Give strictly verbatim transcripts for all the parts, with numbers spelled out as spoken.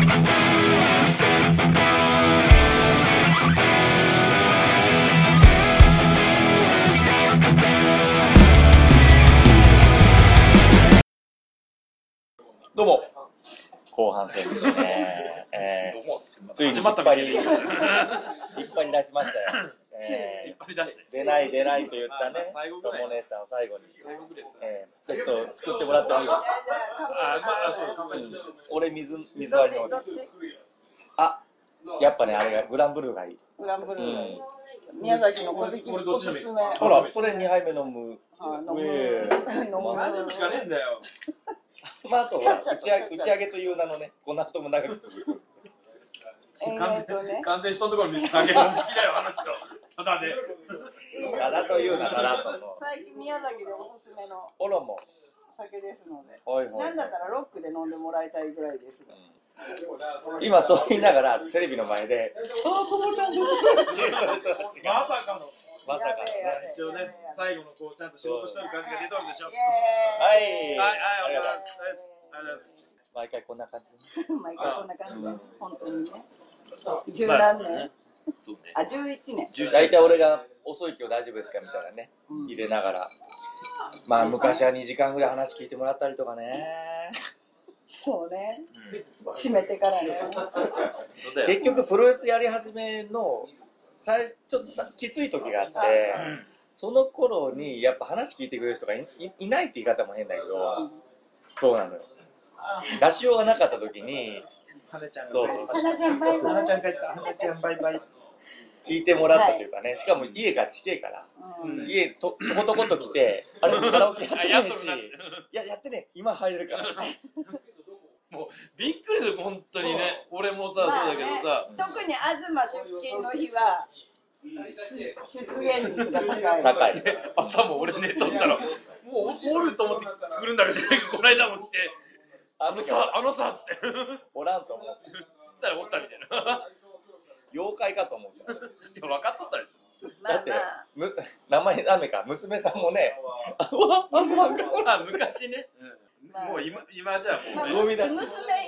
どうも後半戦ですね。えー、ついに引っ張り引っ張り出しましたよ。えー、出ない出ないと言ったね、とも姉さんを最後に、えー、ちょっと作ってもらってもいいですか。俺水水割りの方で。あ、やっぱねあれがグランブルーがいい。 グランブルー、うん、宮崎の小引おすすめ。 ほらそれにはいめ飲む。 飲む。飲む。何時しかねえんだよ。 まあ、あとは打ち上げ、打ち上げという名のね、この後も長く続く。 完全、完全に人のところに水酒飲んできたよ、あの人。ただで。 ただというならとの。 最近宮崎でおすすめのおろも酒ですので。 はいはい。 なんだったらロックで飲んでもらいたいぐらいですが。 うん、今そう言いながらテレビの前で、ああ、ともちゃんです。 まさかの。 まさかね。 一応ね、最後のこうちゃんと仕事してる感じが出とるでしょ。 はいはい、はい、ありがとうございます。ありがとうございます。 毎回こんな感じ。 毎回こんな感じで、本当にね。十何年？あ、十一年。 大体俺が遅い今日大丈夫ですかみたいなね、入れながら。まあ昔はにじかんぐらい話聞いてもらったりとかね。 そうね。締めてからね。 結局プロレスやり始めの最初ちょっとさきつい時があって、その頃にやっぱ話聞いてくれる人が い, い, いないって言い方も変だけど、そうなのよ。出しようがなかった時に、 花ちゃんそうそう、 花ちゃんバイバイ。 花ちゃん帰った。花ちゃんバイバイ。 聞いてもらったというかね、しかも家が近いから、家ととことこと来て、あれカラオケやってねえし、いややってね、今入れるから。 もうびっくりする本当にね。俺もさ、そうだけどさ、 特に東出勤の日は出現率が高い。 高い。 朝も俺寝とったらもうおると思って来るんだけどじゃないか。この間も来て、あのさあのさっつっておらんと思って。 そしたらおったみたいな。 妖怪かと思った。 分かっとったでしょ。 だってむ名前ダメか、娘さんもね、あわあわあ昔ね。もう今今じゃもうね。 娘以外にも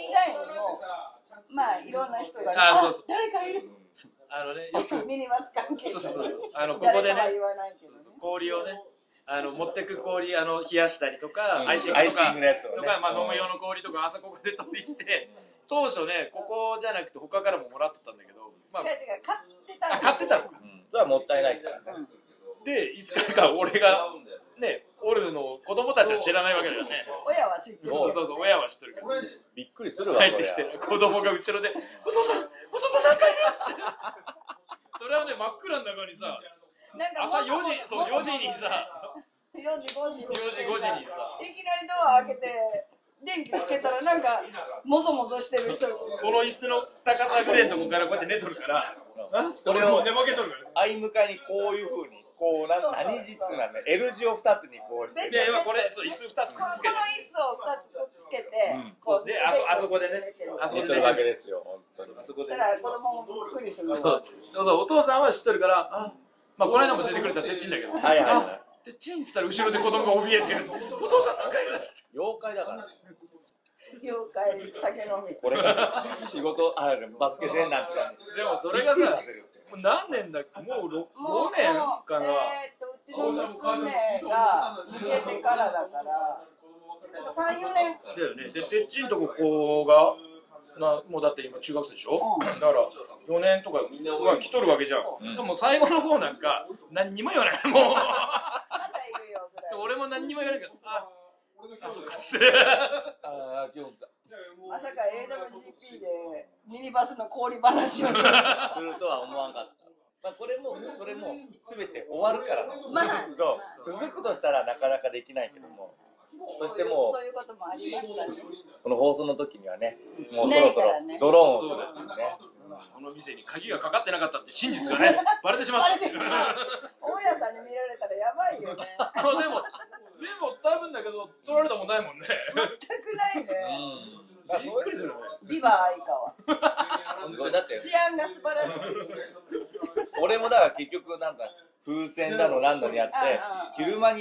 まあいろんな人があそうそう誰かいる。 あのねよくミニバス関係者。 あのここでね氷をねあの持ってく氷あの冷やしたりとかアイシングとかとかまあ飲む用の氷とか朝ここで取りに来て、当初ねここじゃなくて他からももらっとったんだけど、まあ違う違う買ってた。 あ買ってたのか。 それはもったいないからね。 でいつからか俺がねおるの子供たちは知らないわけだよね。 親は知ってる。 そうそうそう親は知ってるけど。 びっくりするわ。 入ってきて子供が後ろでお父さんお父さん何回いるっつって。それはね真っ暗の中にさ、朝よじそうよじにさよじごじよじごじにさいきなりドア開けて電気つけたらなんかもぞもぞしてる人。 この椅子の高さぐらいのとこからこうやって寝とるから。 それを寝ぼけとるから。 相向かいにこういう風に。こうな何字っつうのね、L 字をふたつにこうして。 で今これそう椅子ふたつくっつけて。 この椅子をふたつくっつけて、 こうであそあそこでね、 あそこで寝てるわけですよ本当に。 あそこで。 そしたら子供もびっくりする。 そうそうお父さんは知っとるから、あまあこの間も出てくれたてっちんだけど。 はいはいはい。 てっちんっつったら後ろで子供が怯えてる。お父さん何回いるっつって。 妖怪だから。 妖怪酒飲み。 これから仕事あるバスケせんなんて。 でもそれがさ。何年だっけもうごねんかな。 えー、っとうちの娘が逃げてからだからさん、よねんだよね。でてっちんとここがなもうだって今中学生でしょ、うん、だからよねんとかは来とるわけじゃん、うん、でも最後の方なんか何にも言わないもうまだいるよぐらい。 俺も何にも言わないけどああそうかっつってああ今日まさか エーダブリュージーピー でミニバスの氷話をするするとは思わんかった。まあこれもそれも全て終わるからの、 まあ、 と続くとしたらなかなかできないけども、そしてもうそういうこともありましたね。 この放送の時にはね、もうそろそろドローンをするっていうね。 この店に鍵がかかってなかったって真実がねバレてしまった。 バレてしまう。大家さんに見られたらやばいよね。 でもでも多分だけど取られたもんないもんね。 全くないね。 うん、あそういうのビバ相川。 すごいだって治安が素晴らしい。 俺もだから結局なんだ風船だのなんだのやって昼間にね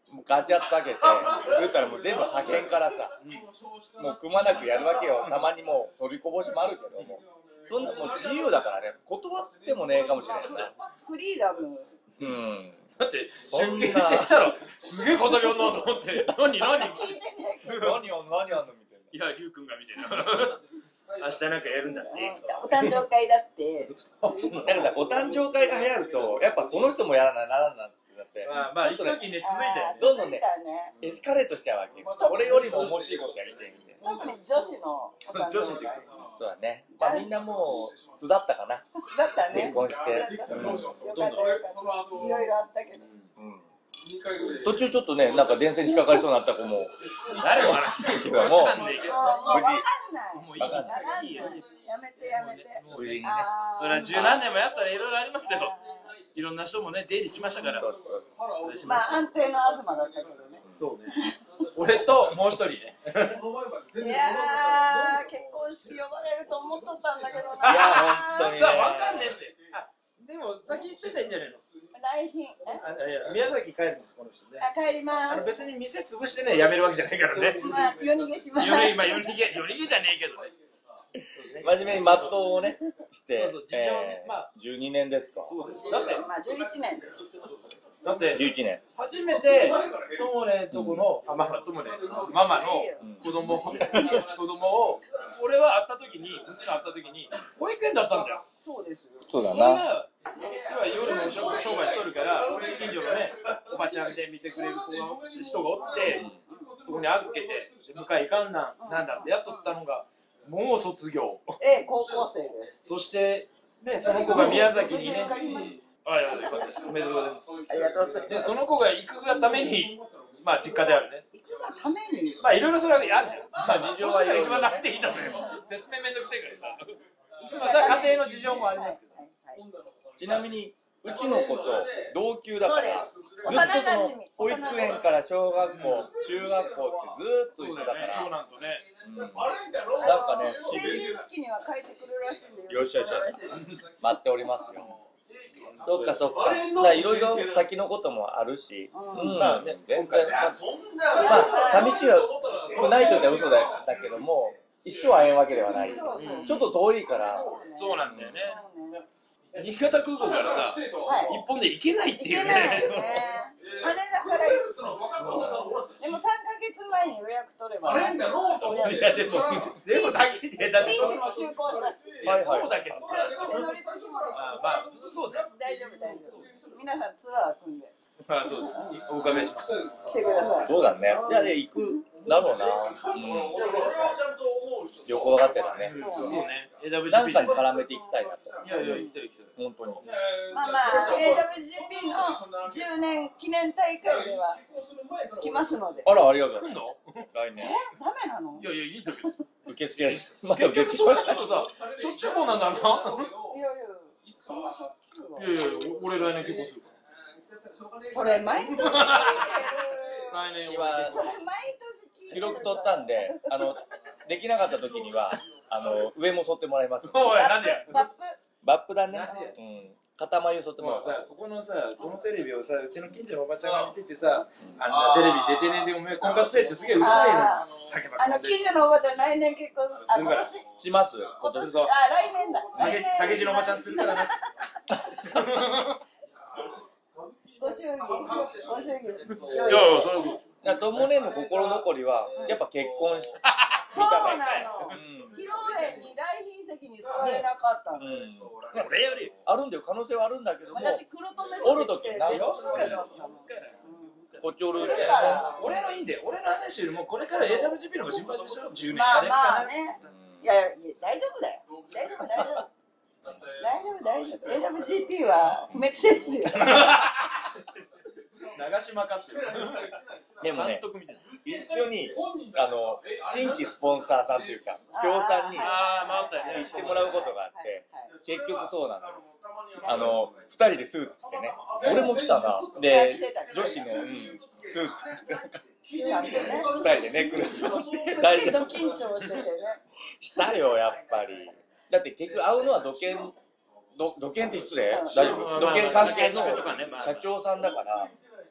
もうガチャッと開けて言ったらもう全部破片からさ、もうくまなくやるわけよ。たまにもう取りこぼしもあるけども、そんなもう自由だからね、断ってもねえかもしれないな。 フリーダム。 うん。 だって出勤してたらすげえ片病なんだって、何何聞いてねえけど。 何やん何やんのみたいな。 いや、リュウ君が見てる。明日なんかやるんだって。 お誕生会だって。 だからさ、お誕生会が流行ると、やっぱこの人もやらなならんなんってなって、 まあまあ、一時ね、続いてどんどんね、エスカレートしちゃうわけ。これよりも面白いことやりたいみたいな。 特に女子のお誕生会。 そうだね。まあみんなもう巣だったかな。 巣だったね。 結婚して。 よかったよかった。いろいろあったけど。 途中ちょっとね、なんか電線に引っかかりそうになった子も誰の話してるけども、無事わかんない。わかんない。やめてやめて。 無事にね。 それは十何年もやったらいろいろありますよ。いろんな人もね、出入りしましたから。 そうそうそう。 まあ安定の東だったけどね。 そうね。俺ともう一人ね。 いやー、結婚式呼ばれると思っとったんだけどな。 いや本当にね。 わかんねえって。でも先言ってたらいいんじゃないの？ 来賓え？宮崎帰るんですこの人ね。 あ、帰ります。 あの別に店潰してね辞めるわけじゃないからね。 まあ夜逃げします。 夜逃げ夜逃げ夜逃げじゃねえけどね。 真面目に全うをねして、 そうそう事情ねまあじゅうにねんですか。 そうです。だってまあじゅういちねんです。 だってじゅういちねん。 初めてともねとこのあまあともねママの子供子供を俺は会った時に娘会った時に保育園だったんだよ。 そうですよ。 そうだな。 要は夜の商売しとるから近所のねおばちゃんで見てくれる子が人がおってそこに預けて迎え行かんなんなんだってやっとったのがもう卒業。 ええ高校生です。 そしてねその子が宮崎にね。あ、いや、よかったです。おめでとうございます。 ありがとうございます。 で、その子が行くがために、まあ実家であるね。 行くがために。 まあいろいろそれはあるじゃん。まあ事情は一番なくていいと思うよ。説明めんどくせえからさ。まあそれは家庭の事情もありますけど。 ちなみにうちの子と同級だから、ずっとその保育園から小学校、中学校ってずっと一緒だから。 長男とね。 なんかね、 成人式には帰ってくるらしいんで。 よっしゃよっしゃ。待っておりますよ。そっかそっか。じゃあいろいろ先のこともあるし、まあね、全然まあ寂しいはないと言ったら嘘だけども、一生会えんわけではない。ちょっと遠いから。 そうなんだよね。新潟空港からさ、一本で行けないっていうね。 あれだから、でもさんかげつまえに予約取れば。あれんだろうと思って。いやでも、 でもだけでだって。 ピンチも就航したし。 そうだけどさ。 乗り継ぎも。 まあ、そうだよ。 大丈夫大丈夫。皆さんツアー組んで。 ああ、そうです。お伺いします。 来てください。 そうだね。いやで行くだろうな。旅行がてらね。 そうね。 なんかに絡めていきたいなと。 いやいや行きたい行きたい。 本当に。 まあまあ エーダブリュージーピー のじゅうねん記念大会では来ますので。 あらありがとう。 来んの？ 来年。 え、ダメなの？ いやいやいいんだけど。 受付。まだ受付。そういうことさ、しょっちゅうもんなんだな。いやいや、 そんなしょっちゅうは。 いやいや、俺来年結婚するから。 それ毎年聞いてる。 来年今記録取ったんで、あのできなかった時にはあの上も剃ってもらいます。 おい、なんで？ バップ。 バップだね。うん。肩眉剃ってもらう。 ここのさ、このテレビをさ、うちの近所のおばちゃんが見ててさ、あんなテレビ出てねえでお前婚活せえってすげえうるさいの。 あの近所のおばちゃん来年結婚するから。します。 今年。あ、来年だ。 酒地のおばちゃんするからね。 ご祝儀、ご祝儀。いやいや、それはそうです。ともねの心残りはやっぱ結婚し。 そうなの。披露宴に来賓席に座れなかったの。 あるんだよ、可能性はあるんだけども。 私黒留めおるとき何よ。 こっちおる。 俺のいいんだよ。俺の話よりもこれから エーダブリュージーピー の方が心配でしょ。じゅうねんまあまあね。いや大丈夫だよ。大丈夫大丈夫。大丈夫大丈夫。エーダブリュージーピー は不滅ですよ。 長島かって。 でもね、一緒にあの新規スポンサーさんというか協賛に行ってもらうことがあって、結局そうなの。あのふたりでスーツ着てね、俺も来たな。で女子の、うん、スーツ着てふたりでね来るのって大丈夫。緊張しててね。 したよやっぱり。だって結局会うのは土建土建って失礼？大丈夫？土建関係の社長さんだから。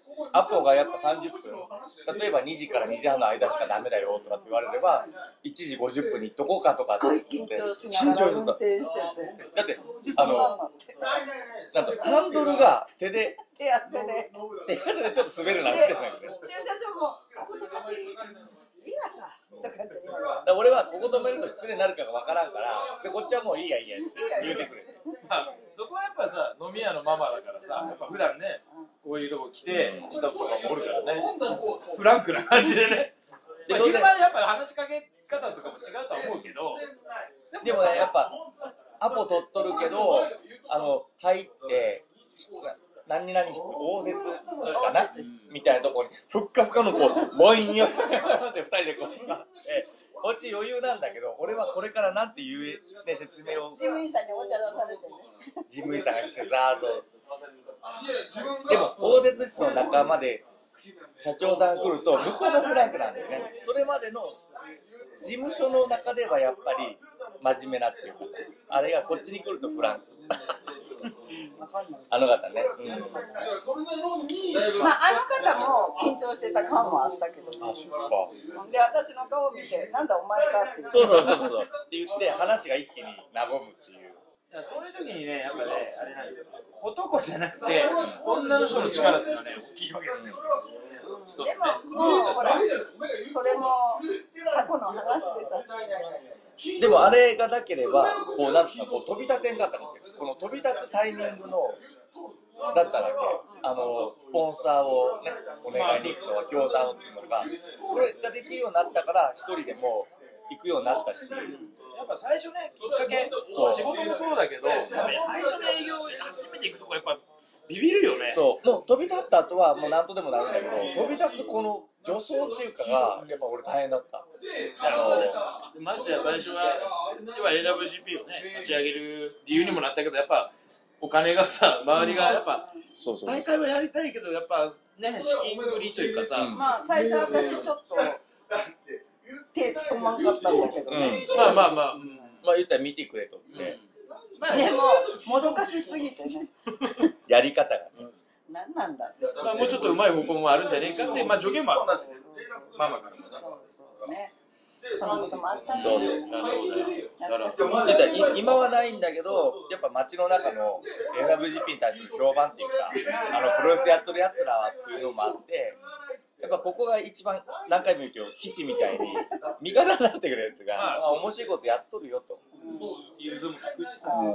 アポがやっぱさんじゅっぷん、例えばにじからにじはんの間しかダメだよとかって言われればいちじごじゅっぷんに行っとこうかとかって緊張しながら運転してて、 だってあのなんとハンドルが手で手汗で手汗でちょっと滑るなんて、 駐車場もここ止めていい今さとかって言われだ俺はここ止めると失礼になるかがわからんからでこっちはもういいやいいやって言うてくれ。 そこはやっぱさ飲み屋のママだからさ、やっぱ普段ねこういうとこ来てしたとかもおるからね、フランクな感じでね。まあ、昼間やっぱ話しかけ方とかも違うとは思うけど、 でもねやっぱアポ取っとるけどあの入って何々室応接かなみたいなところにふっかふかのこうボインよってふたりでこう座ってこっち余裕なんだけど俺はこれからなんていう、ね、説明を事務員さんにお茶出されてね事務員さんが来てさそうでも応接室の中まで社長さん来ると向こうもフランクなんだよね。それまでの事務所の中ではやっぱり真面目なっていうかさあれがこっちに来るとフランクあの方ね、うん、 まああの方も緊張してた感もあったけど、 あ、そっか。 で私の顔を見てなんだお前かって言ってそうそうそうそうって言って話が一気に和むっていう。 そういう時にねやっぱねあれなんですよ、男じゃなくて女の人の力っていうのはね大きいわけですよ。 でももうほらそれも過去の話でさ。 でもあれがなければこうなんかこう飛び立てんかったかもしれない。この飛び立つタイミングのだったらねあのスポンサーをねお願いに行くとか協賛をっていうのがこれができるようになったから一人でも行くようになったし。 やっぱ最初ねきっかけ仕事もそうだけど最初の営業初めて行くとこやっぱビビるよね。 そうもう飛び立った後はもう何とでもなるんだけど飛び立つこの助走っていうかがやっぱ俺大変だった。 あのましてや最初は要は エーダブリュージーピー をね立ち上げる理由にもなったけどやっぱお金がさ周りがやっぱ、うん、そうそう大会はやりたいけどやっぱね資金繰りというかさ、うん、 まあ最初私ちょっと手突っ込まんかったんだけど、ねうん、まあまあまあ、うん、 まあ言ったら見てくれとって、 うんまあ、でももどかしすぎてねやり方がね何なんだって、 まあ、もうちょっとうまい方向もあるんじゃねえかってまあ助言もあったしねママからもそうそうねそのこともあったね。 そうそうそうだから今はないんだけどやっぱ街の中の エーダブリュージーピー に対する評判っていうかあのプロレスやっとるやつらはっていうのもあってやっぱここが一番何回も言うけど基地みたいに味方になってくるやつが、まあ、面白いことやっとるよと融通も聞くしさ、 うん、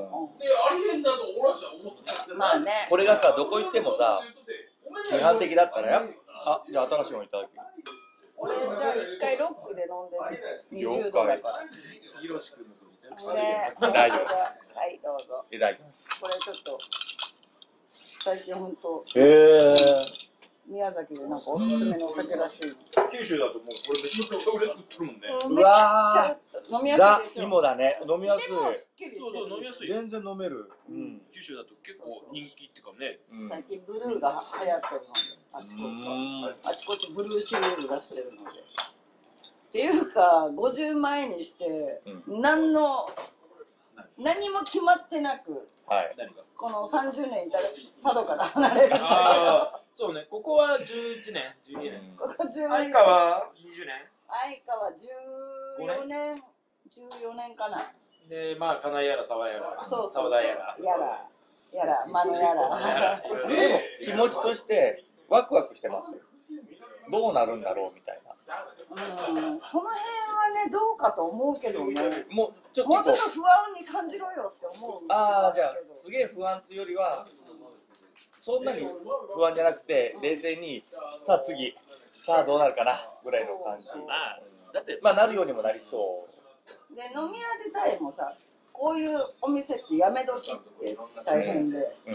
まあねこれがさどこ行ってもさ批判的だったらやあじゃあ新しいのいただき俺じゃあ一回ロックで飲んでるにじゅうどだからひろし君のめちゃくちゃね大丈夫はいどうぞいただきます。 これちょっと最近本当へー宮崎でなんかおすすめのお酒らしい。 九州だともうこれめちゃくちゃ売れ売ってるもんね。 うわー飲みやすいでしょ。 ザ芋だね飲みやすい。 そうそう飲みやすい。 全然飲める。 うん。九州だと結構人気っていうかね。 最近ブルーが流行ってるのであちこちあちこちブルーシリーズ出してるので。っていうかごじゅうまえにして何の何も決まってなく。 はい。 このさんじゅうねんいた佐渡から離れるんだけどそうね、ここはじゅういちねん、じゅうにねんここじゅうねん愛花はにじゅうねん愛花はじゅうよねんじゅうよねんかなで、まあ、金井やら沢やらそうそうそう沢田やらやらやら、間のやらでも気持ちとしてワクワクしてますよどうなるんだろうみたいなうん、その辺はねどうかと思うけどねもうちょっともうちょっと不安に感じろよって思うああじゃあすげえ不安というよりはそんなに不安じゃなくて冷静にさあ次さあどうなるかなぐらいの感じまあだってまあなるようにもなりそうで飲み屋自体もさこういうお店ってやめ時って大変で、うんうん、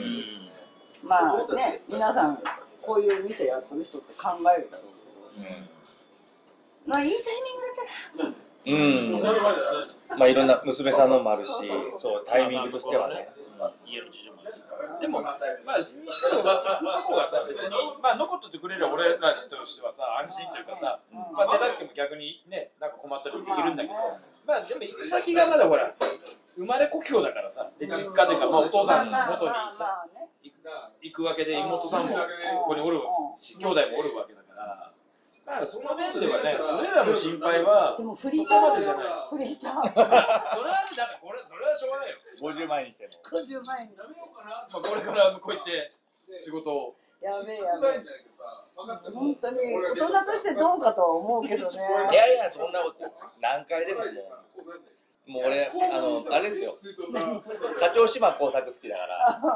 まあね皆さんこういう店やってる人って考えるだろうけど、うんまあいいタイミングだったらうんまあいろんな娘さんのもあるしそうタイミングとしてはね家の事情もあるでもまあにしても向こうがさ別にまあ残っとってくれる俺らとしてはさ安心というかさまあ手助けも逆にねなんか困ったりできるんだけどまあでも行く先がまだほら生まれ故郷だからさで実家というかまあお父さんの元にさ行く行くわけで、妹さんもここにおる、兄弟もおるわけだから。だからその面ではね、俺らの心配はでもフリーターまでじゃない。フリーター。それはだってこれそれはしょうがないよ。 ごじゅうまん円にしても。 ごじゅうまん円に。 まあこれからこうやって仕事を。 やべえやべえ。本当に大人としてどうかとは思うけどね。 いやいやそんなこと何回でももう。もう俺、あの、あれですよ。課長島工作好きだから、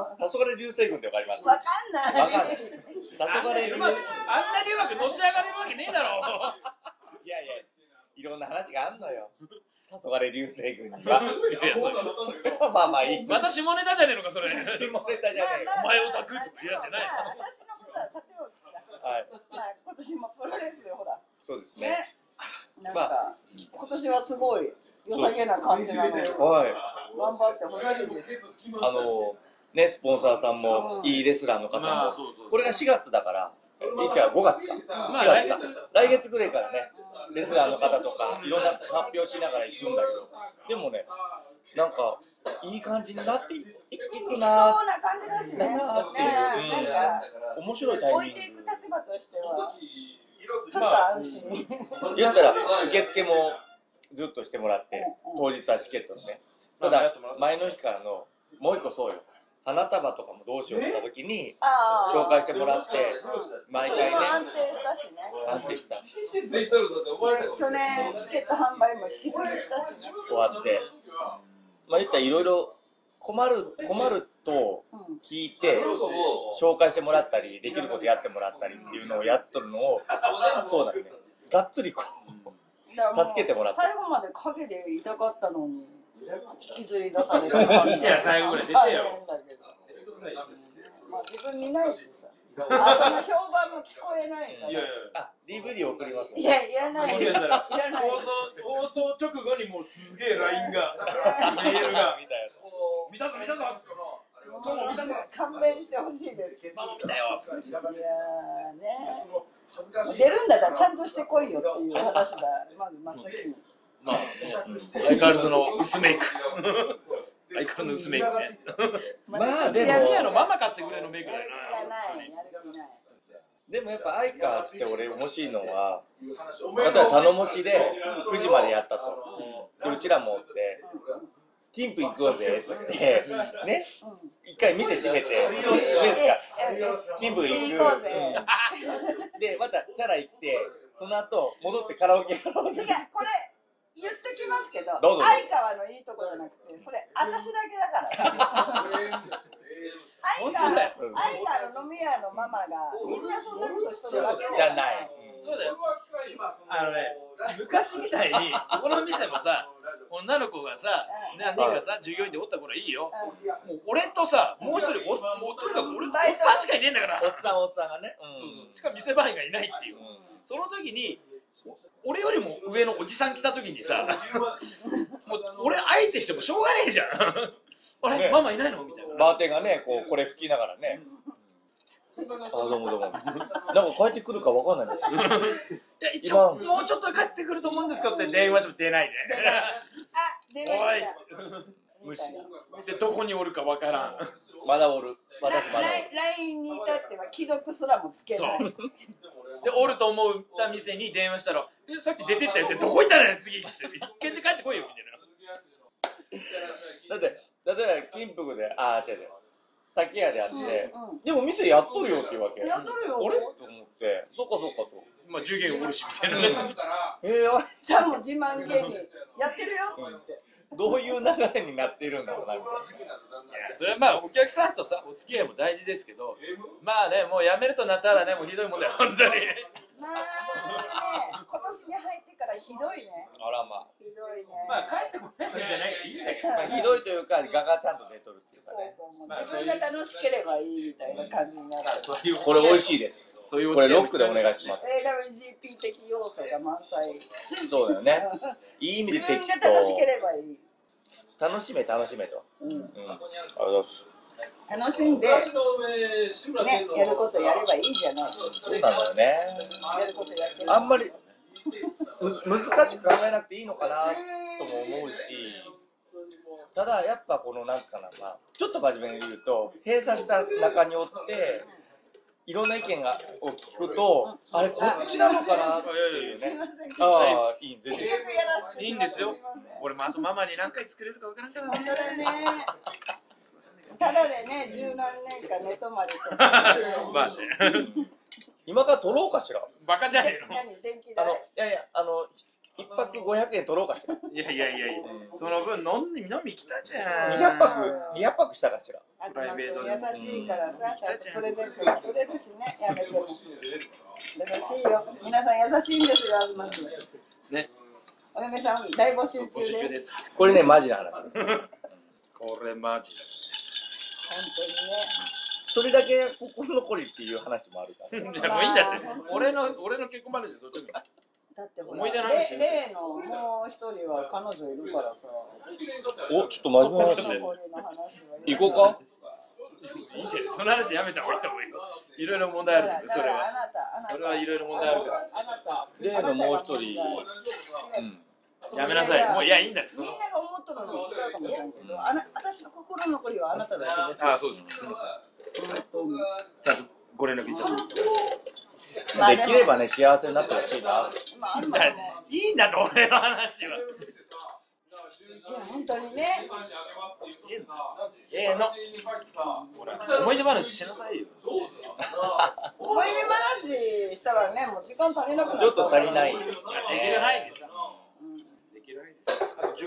黄昏流星群ってわかります？ わかんない。 わかんない。黄昏流星群。 あんなにうまくのし上がれるわけねえだろ。 いやいや、いろんな話があんのよ。黄昏流星群には。まあまあいい。 また下ネタじゃねえのか、それ。 下ネタじゃねえよ。お前を抱くとか言うんじゃない。 私のことはさておきさ。 はい。 まあ今年もプロレスでほら。 そうですね。 なんか今年はすごい。良さげな感じなので、 はい、 頑張ってほしいです。 あのね、スポンサーさんも、いいレスラーの方も、これがしがつだから、一応ごがつか、しがつか、来月ぐらいからね、レスラーの方とか、いろんな発表しながら行くんだけど、でもね、なんか、いい感じになっていくなそうな感じですね。 なっていう、面白いタイミング。 置いていく立場としては、ちょっと安心。 言ったら、受付も、ずっとしてもらって、当日はチケットのね。ただ、前の日からの、もう一個そうよ。花束とかもどうしようって時に、紹介してもらって、毎回ね。 安定したしね。 安定した。 去年、チケット販売も引き継ぎしたしね。 そうやって、まあ言ったらいろいろ困る、困ると聞いて、紹介してもらったり、できることやってもらったりっていうのをやっとるのを、そうだね。がっつりこう。助けてもらって最後まで影でいたかったのに引きずり出される感じ。 じゃあ最後ぐらい出てよ。 まあ自分見ないしさ。あとの評判も聞こえないから。 いやいや。 あ、ディーブイディー 送ります。 いやいらない。いらない。 放送放送直後にもうすげえ ライン がメールが見たぞ見たぞ。今日も見たぞ。 勘弁してほしいです。 今も見たよ。 いやね。出るんだったらちゃんとしてこいよっていう話がまず真っ先に。 まあ、相変わらずの薄メイク。相変わらずの薄メイクね。 まあでも、 宮のママ買ってくれのメイクだよな。 でもやっぱ相川って俺面白いのは、例えば頼もしでくじまでやったと。でうちらもおって。キンプ行こうぜってね、一回店閉めて、閉めるか、キンプ行くで、またチャラ行って、その後戻ってカラオケやろうぜ。 違う、これ言っときますけど、 どうぞ相川のいいとこじゃなくて、それ私だけだから。相川の飲み屋のママがみんなそんなことしてるわけじゃない。 そうだよ。あのね、昔みたいにここの店もさ、女の子がさ、何人かさ、従業員でおった頃いいよ。もう俺とさ、もう一人おっさん、もうとにかく俺とおっさんしかいねえんだから。 おっさんおっさんがね。 そうそう。しかも店番がいないっていう。その時に俺よりも上のおじさん来た時にさ、もう俺相手してもしょうがねえじゃん。あれ、ママいないのみたいな。 バーテンがね、こうこれ吹きながらね。あ、どうもどうも。なんか帰ってくるかわかんないんだけど。 いや、一応もうちょっと帰ってくると思うんですかって電話しても出ないで。 あ、電話した。 無視。 でどこにおるかわからん。 まだおる。私まだおる。 ライン に至っては既読すらもつけない。 でおると思った店に電話したら、え、さっき出てったよってどこ行ったのよ次って。一軒で帰ってこいよみたいな。 だって例えば金福で、あー違う違う。竹屋であって、でも店やっとるよっていうわけ。 やっとるよ。 あれと思って、そっかそっかと。 まあ従業員おるしみたいな。 ええ、あれさも自慢げにやってるよって。 どういう流れになっているんだろうなみたいな。 いや、それはまあお客さんとさお付き合いも大事ですけど、まあね、もう辞めるとなったらね、もうひどいもんだよ本当に。 まあね、今年に入ってからひどいね。 あらまあ。 ひどいね。 まあ帰ってこないわけじゃないからいいんだけど。 まあひどいというか、画がちゃんと出とるっていうかね。 そうそう、もう自分が楽しければいいみたいな感じになる。 これ美味しいです。 そういうこれロックでお願いします。 エーダブリュージーピー 的要素が満載。 そうだよね。いい意味で自適当。 分が楽しければいい。 楽しめ楽しめと。うん。うん。ありがとうございます。 楽しんで、ね、やることやればいいじゃない。 そうなんだよね。 やることやってあんまりむ難しく考えなくていいのかなとも思うし、 ただやっぱこのなんつかな、まあ、ちょっと真面目に言うと閉鎖した中におっていろんな意見がを聞くと、あれこっちなのかなっていうね。ああ、いい、全然いいんですよ。俺もあとママに何回作れるかわからんから。 本当だね。ただでね、十何年間寝泊まりとか。 まあね。 今から取ろうかしら。 バカじゃねえの。 何電気代？ あのいやいやあの一泊ごひゃくえん取ろうかしら。 いやいやいやいや。その分飲んで飲み来たじゃん。 二百泊二百泊したかしら。 プライベートで優しいからさ、ちゃんとプレゼントがくれるしね。やめても。優しいよ。皆さん優しいんですよ、東君。 ね。 お嫁さん大募集中です。 これねマジな話です。 これマジ。 本当にね。 それだけ心残りっていう話もあるから。 いやもういいんだって。俺の俺の結婚話でどっちも。 だってほら、 思い出の話。 例のもう一人は彼女いるからさ。 お、ちょっと真面目な話で。行こうか。 いいんじゃない。その話やめた方がいいと思うよ。いろいろ問題あるんでそれは。それはいろいろ問題あるから。 例のもう一人。 やめなさい。もういやいいんだって。 みんなが思っとるのも違うかもしれんけど、あな私の心残りはあなただけです。 ああそうです。すみません。ちゃんとご連絡いたします。 できればね幸せになってほしいな。 いいんだと俺の話は。 本当にね。 ええの。思い出話しなさいよ。 思い出話したらね、もう時間足りなくなる。 ちょっと足りない。できる範囲です。できる範囲です。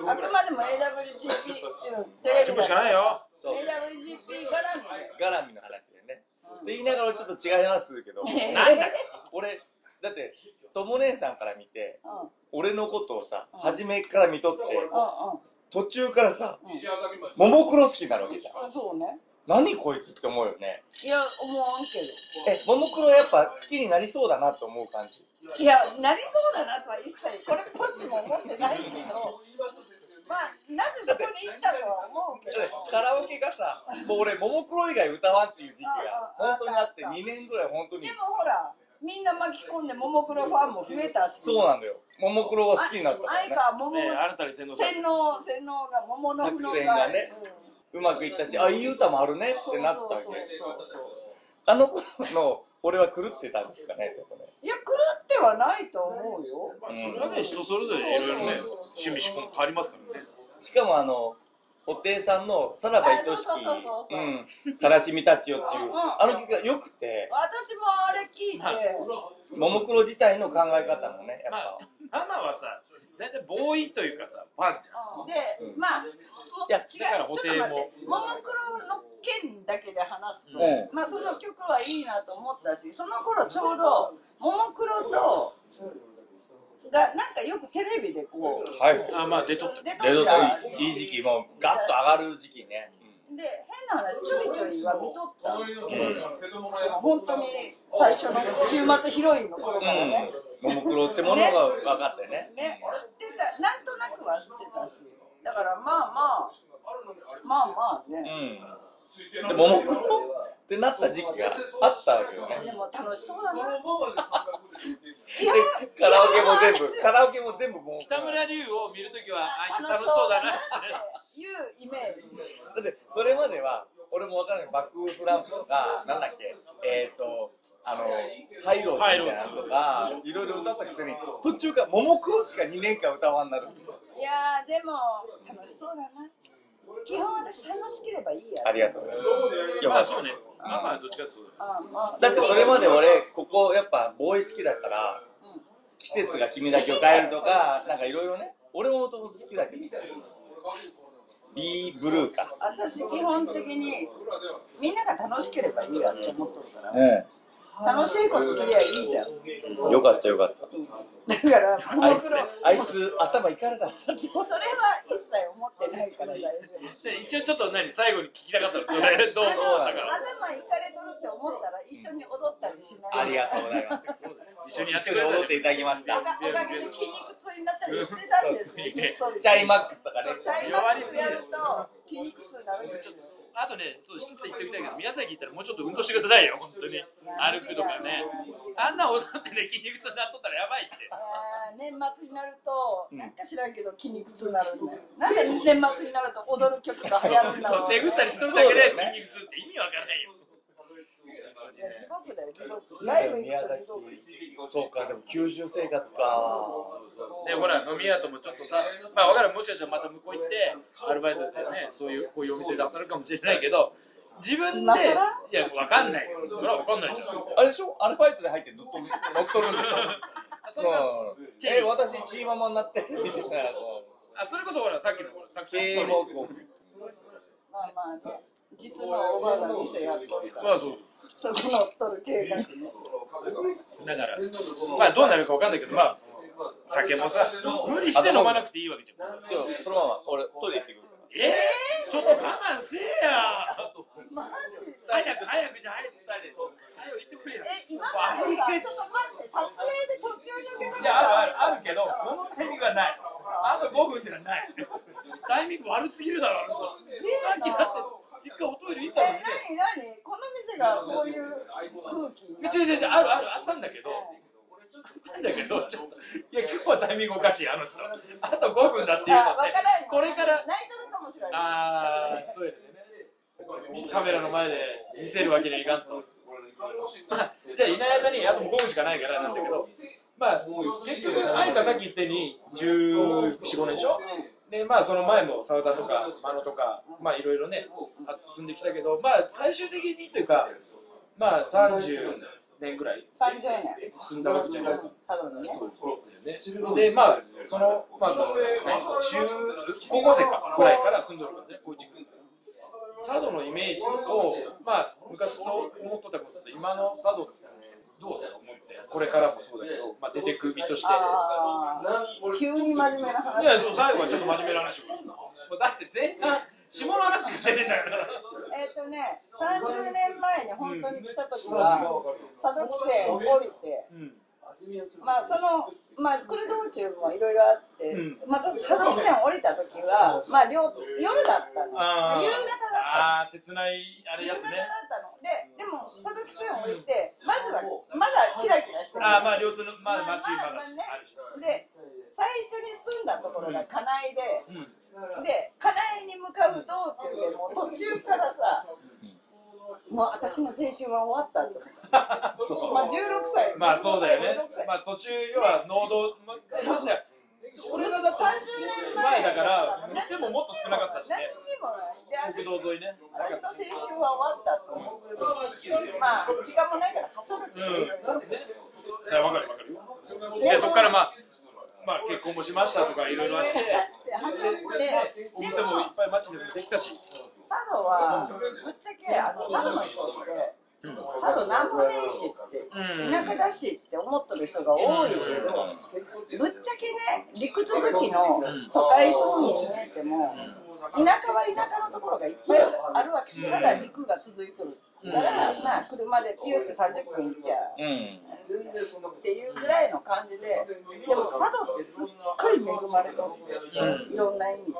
あくまでも エーダブリュージーピー テレビだ。 しかないよ。 エーダブリュージーピー 絡みで。 絡みの話でね。って言いながらちょっと違い話するけど。 なんだ。 俺だってとも姉さんから見て、俺のことをさ初めから見とって。途中からさ、ももクロ好きになるわけじゃん。 そうね。 何こいつって思うよね。 いや、思わんけど。 え、ももクロやっぱ好きになりそうだなと思う感じ。 いや、なりそうだなとは一切、これっぽっちも思ってないけど、まあ、なぜそこに行ったとは思うけど。 カラオケがさ、もう俺、ももクロ以外歌わんっていう時期が本当にあって、にねんぐらい本当に。 でもほら、みんな巻き込んでももクロファンも増えたし。 そうなんだよ。ももクロが好きになったからね。 あいか、もも、 洗脳、 洗脳が、ももの作戦がね、うまくいったし、あ、いい歌もあるねってなったわけ。あの頃の俺は狂ってたんですかね。 いや、狂ってはないと思うよ。 それはね、人それぞれいろいろね、趣味嗜好も変わりますからね。 しかもあの、布袋さんのさらば愛しき、うん、悲しみたちよっていう、あの曲が良くて、 私もあれ聞いて、 ももクロ自体の考え方もね、やっぱ。 ママはさ、大体ボーイというかさ、ファンじゃん。 で、まあ、 いや、だから布袋も。 ももクロの件だけで話すと、まあその曲はいいなと思ったし、その頃ちょうど、ももクロと、がなんかよくテレビでこう、 はい、 あまあ出とった出とったいい時期もうガッと上がる時期ね。 で変な話ちょいちょいは見とったんで、本当に最初の週末ヒロインの頃からね、 ももクロってものが分かってね。 ね、知ってた、なんとなくは知ってたし、だからまあまあまあまあね。 うん。でももクロってなった時期があったわけよね。 でも楽しそうだな。 カラオケも全部、カラオケも全部もう。 北村龍を見るときは、あいつ楽しそうだなっていうイメージ。 だって、それまでは、俺もわからないバックスランプとか、なんだっけ、えっと、あの、ハイローズみたいなのとか、いろいろ歌ったくせに、途中からももクロしかにねんかん歌わんなる。 いやー、でも、楽しそうだな。基本私楽しければいいや。 ありがとうございます。 まあそうね。まあまあどっちかそうだ。だってそれまで俺ここやっぱボーイ好きだから、季節が君だけを変えるとかなんかいろいろね。俺ももともと好きだけど。ビーブルーか。 私基本的にみんなが楽しければいいやって思っとるから。 うん。 楽しいことすりゃいいじゃん。 よかったよかった。 だからあいつあいつ頭いかれたなって。それは一切思ってないから大丈夫。 一応ちょっと何最後に聞きたかったのそれどうぞだから。 頭いかれとるって思ったら一緒に踊ったりしながら。ありがとうございます。 一緒にやってください。踊っていただきました。 おかげで筋肉痛になったりしてたんです。 チャイマックスとかね。 チャイマックスやると筋肉痛になるんですよ。 あとね、そう一つ言っておきたいけど、宮崎行ったらもうちょっと運動してくださいよ、本当に。歩くとかね。あんな踊ってね、筋肉痛になっとったらやばいって。 年末になると、なんか知らんけど筋肉痛になるんだよ。なんで年末になると踊る曲が流行るんだろう。 手振ったりしとるだけで筋肉痛って意味わからないよ。 いや地獄だよ、地獄。ライブ行くと地獄。 そうか、でも九州生活か。 で、ほら、飲み屋ともちょっとさ、まあ分からん、もしかしたらまた向こう行って、アルバイトでね、そういう、こういうお店で働くかもしれないけど、自分で、いや、分かんないけど、それは分かんないじゃん。 あれでしょ、アルバイトで入って乗っ取るんでしょ。え、私、チーママになってみたいな。 あ、それこそほら、さっきのサクセスストーリー。 まあまあね、実のおばあが店やってるから。 まあそう。 そこ乗っ取る計画ね。 だから、まあどうなるか分かんないけど、まあ、酒もさ、無理して飲まなくていいわけじゃん。 でも、そのまま、俺、トイレ行ってくる。 えー、ちょっと我慢せえや。 マジ早く早くじゃあ早く二人で早く行ってくれよ。 え、今までさ、ちょっと待って、撮影で途中抜けたいや、あるあるあるけど、このタイミングはない。あとごふんではない。タイミング悪すぎるだろ、あのさ。さっきだって一回おトイレ行ったのにね。 え、なになにこの店がそういう空気。 違う違う違う、あるあるあったんだけど。なんだけど、ちょっといや今日はタイミングおかしいあの人。あとごふんだっていうのってこれから泣いてるかもしれない。 ああ、そうやね。カメラの前で見せるわけにはいかんと。まあじゃあいない間にあとごふんしかないからなんだけど、まあ結局愛花さっき言ったようにじゅうよん、ごねんでしょ。でまあその前も沢田とか真野とかまあいろいろね進んできたけど、まあ最終的にというかまあさんじゅうねんぐらい進んだわけじゃないですか。そうで、まあ、その、まあ、中高校生かぐらいから住んでるからね、高知君。佐渡のイメージを、まあ、昔そう思っとったことで、今の佐渡どうする思って、これからもそうだけど、まあ、出てく身として。 急に真面目な話。 いや、そう最後はちょっと真面目な話を。だって前半、下の話しかしてねえんだから。 えっとね、さんじゅうねんまえに本当に来た時は、佐渡汽船を降りて、まあその、まあ来る道中もいろいろあって、また佐渡汽船を降りた時は、まあ夜だったの。夕方だったの。 ああ、切ないあれやつね。 夕方だったの。で、でも佐渡汽船を降りて、まずはまだキラキラしてる。 ああ、まあ両津の、まあ町まだあるし。 で、最初に住んだところが金井で、で、金井に向かう道中でもう途中からさ、もう私の青春は終わったと。まあじゅうろくさい。 まあそうだよね。まあ途中要は農道、ましてや俺がだってさんじゅうねんまえだから店ももっと少なかったしね。国道沿いね。 私の青春は終わったと思う。まあ時間もないからはしょるっていう。 じゃあ分かる分かる。でそこからまあ。まあ結婚もしましたとかいろいろあって、お店もいっぱい町にもできたし。 佐渡はぶっちゃけあの佐渡の人って佐渡なんもねえしって田舎だしって思ってる人が多いけど、ぶっちゃけね陸続きの都会そうに見えても田舎は田舎のところがいっぱいあるわけ。ただ陸が続いてる。だからまあ車でピューってさんじゅっぷん行っちゃうっていうぐらいの感じで、でも佐渡ってすっごい恵まれてる、いろんな意味で、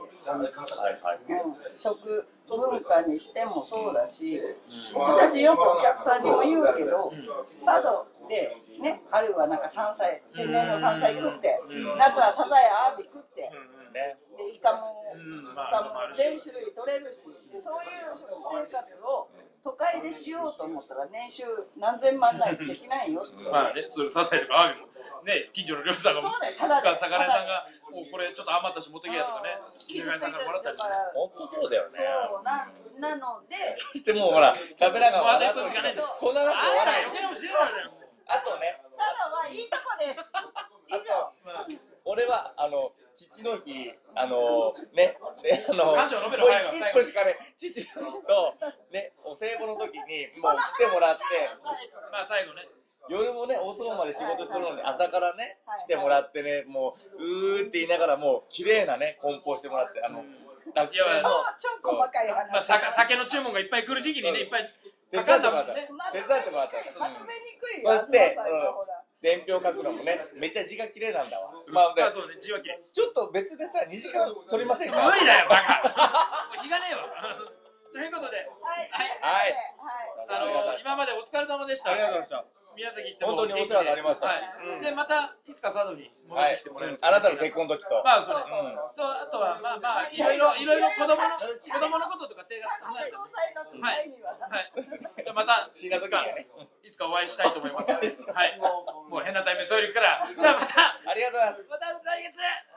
食文化にしてもそうだし、私よくお客さんにも言うけど、佐渡でね、春はなんか山菜、天然の山菜食って、夏はサザエアワビ食って、でイカもイカも全種類取れるし、そういう食生活を都会でしようと思ったら年収何千万ないとできないよって。 まあね、それサザエとかアワビもね、近所の漁師さんが、魚屋さんがもうこれちょっと余ったし持ってきやとかね、魚屋さんからもらったり。 本当そうだよね。 そうななので、 そしてもうほらカメラが笑ってるしかない。 こんな話終わらない。 あとね、佐渡はいいとこです。以上。 俺はあの父の日あのねねあの感謝を述べる早が一分しかね父の日とねお歳暮の時にもう来てもらって、 まあ最後ね。 夜もね遅くまで仕事してるのに朝からね来てもらってねもううーって言いながらもう綺麗なね梱包してもらってあの楽天の超細かい話。 まあ酒の注文がいっぱい来る時期にねいっぱい手伝ってもらった手伝ってもらった。 まとめにくいよ。 そして伝票書くのもね、めっちゃ字が綺麗なんだわ。まあ、 あ、そうね、字は綺麗。 ちょっと別でさ、にじかん取りませんか？ 無理だよ、バカ。もう日がねえわ。 いうことで、 はいはい。 あの今までお疲れ様でした。 ありがとうございました。 宮崎行っても本当にお世話になりました。 はい。でまたいつか佐渡に戻ってきてもらえる。 あなたの結婚の時と。 まあそうです。とあとはまあまあいろいろいろいろ子供の子供のこととか手がはい。 はい。じゃまたいつかいつかお会いしたいと思います。はい。もう変なタイミングトイレから。じゃあまた。 ありがとうございます。 また来月。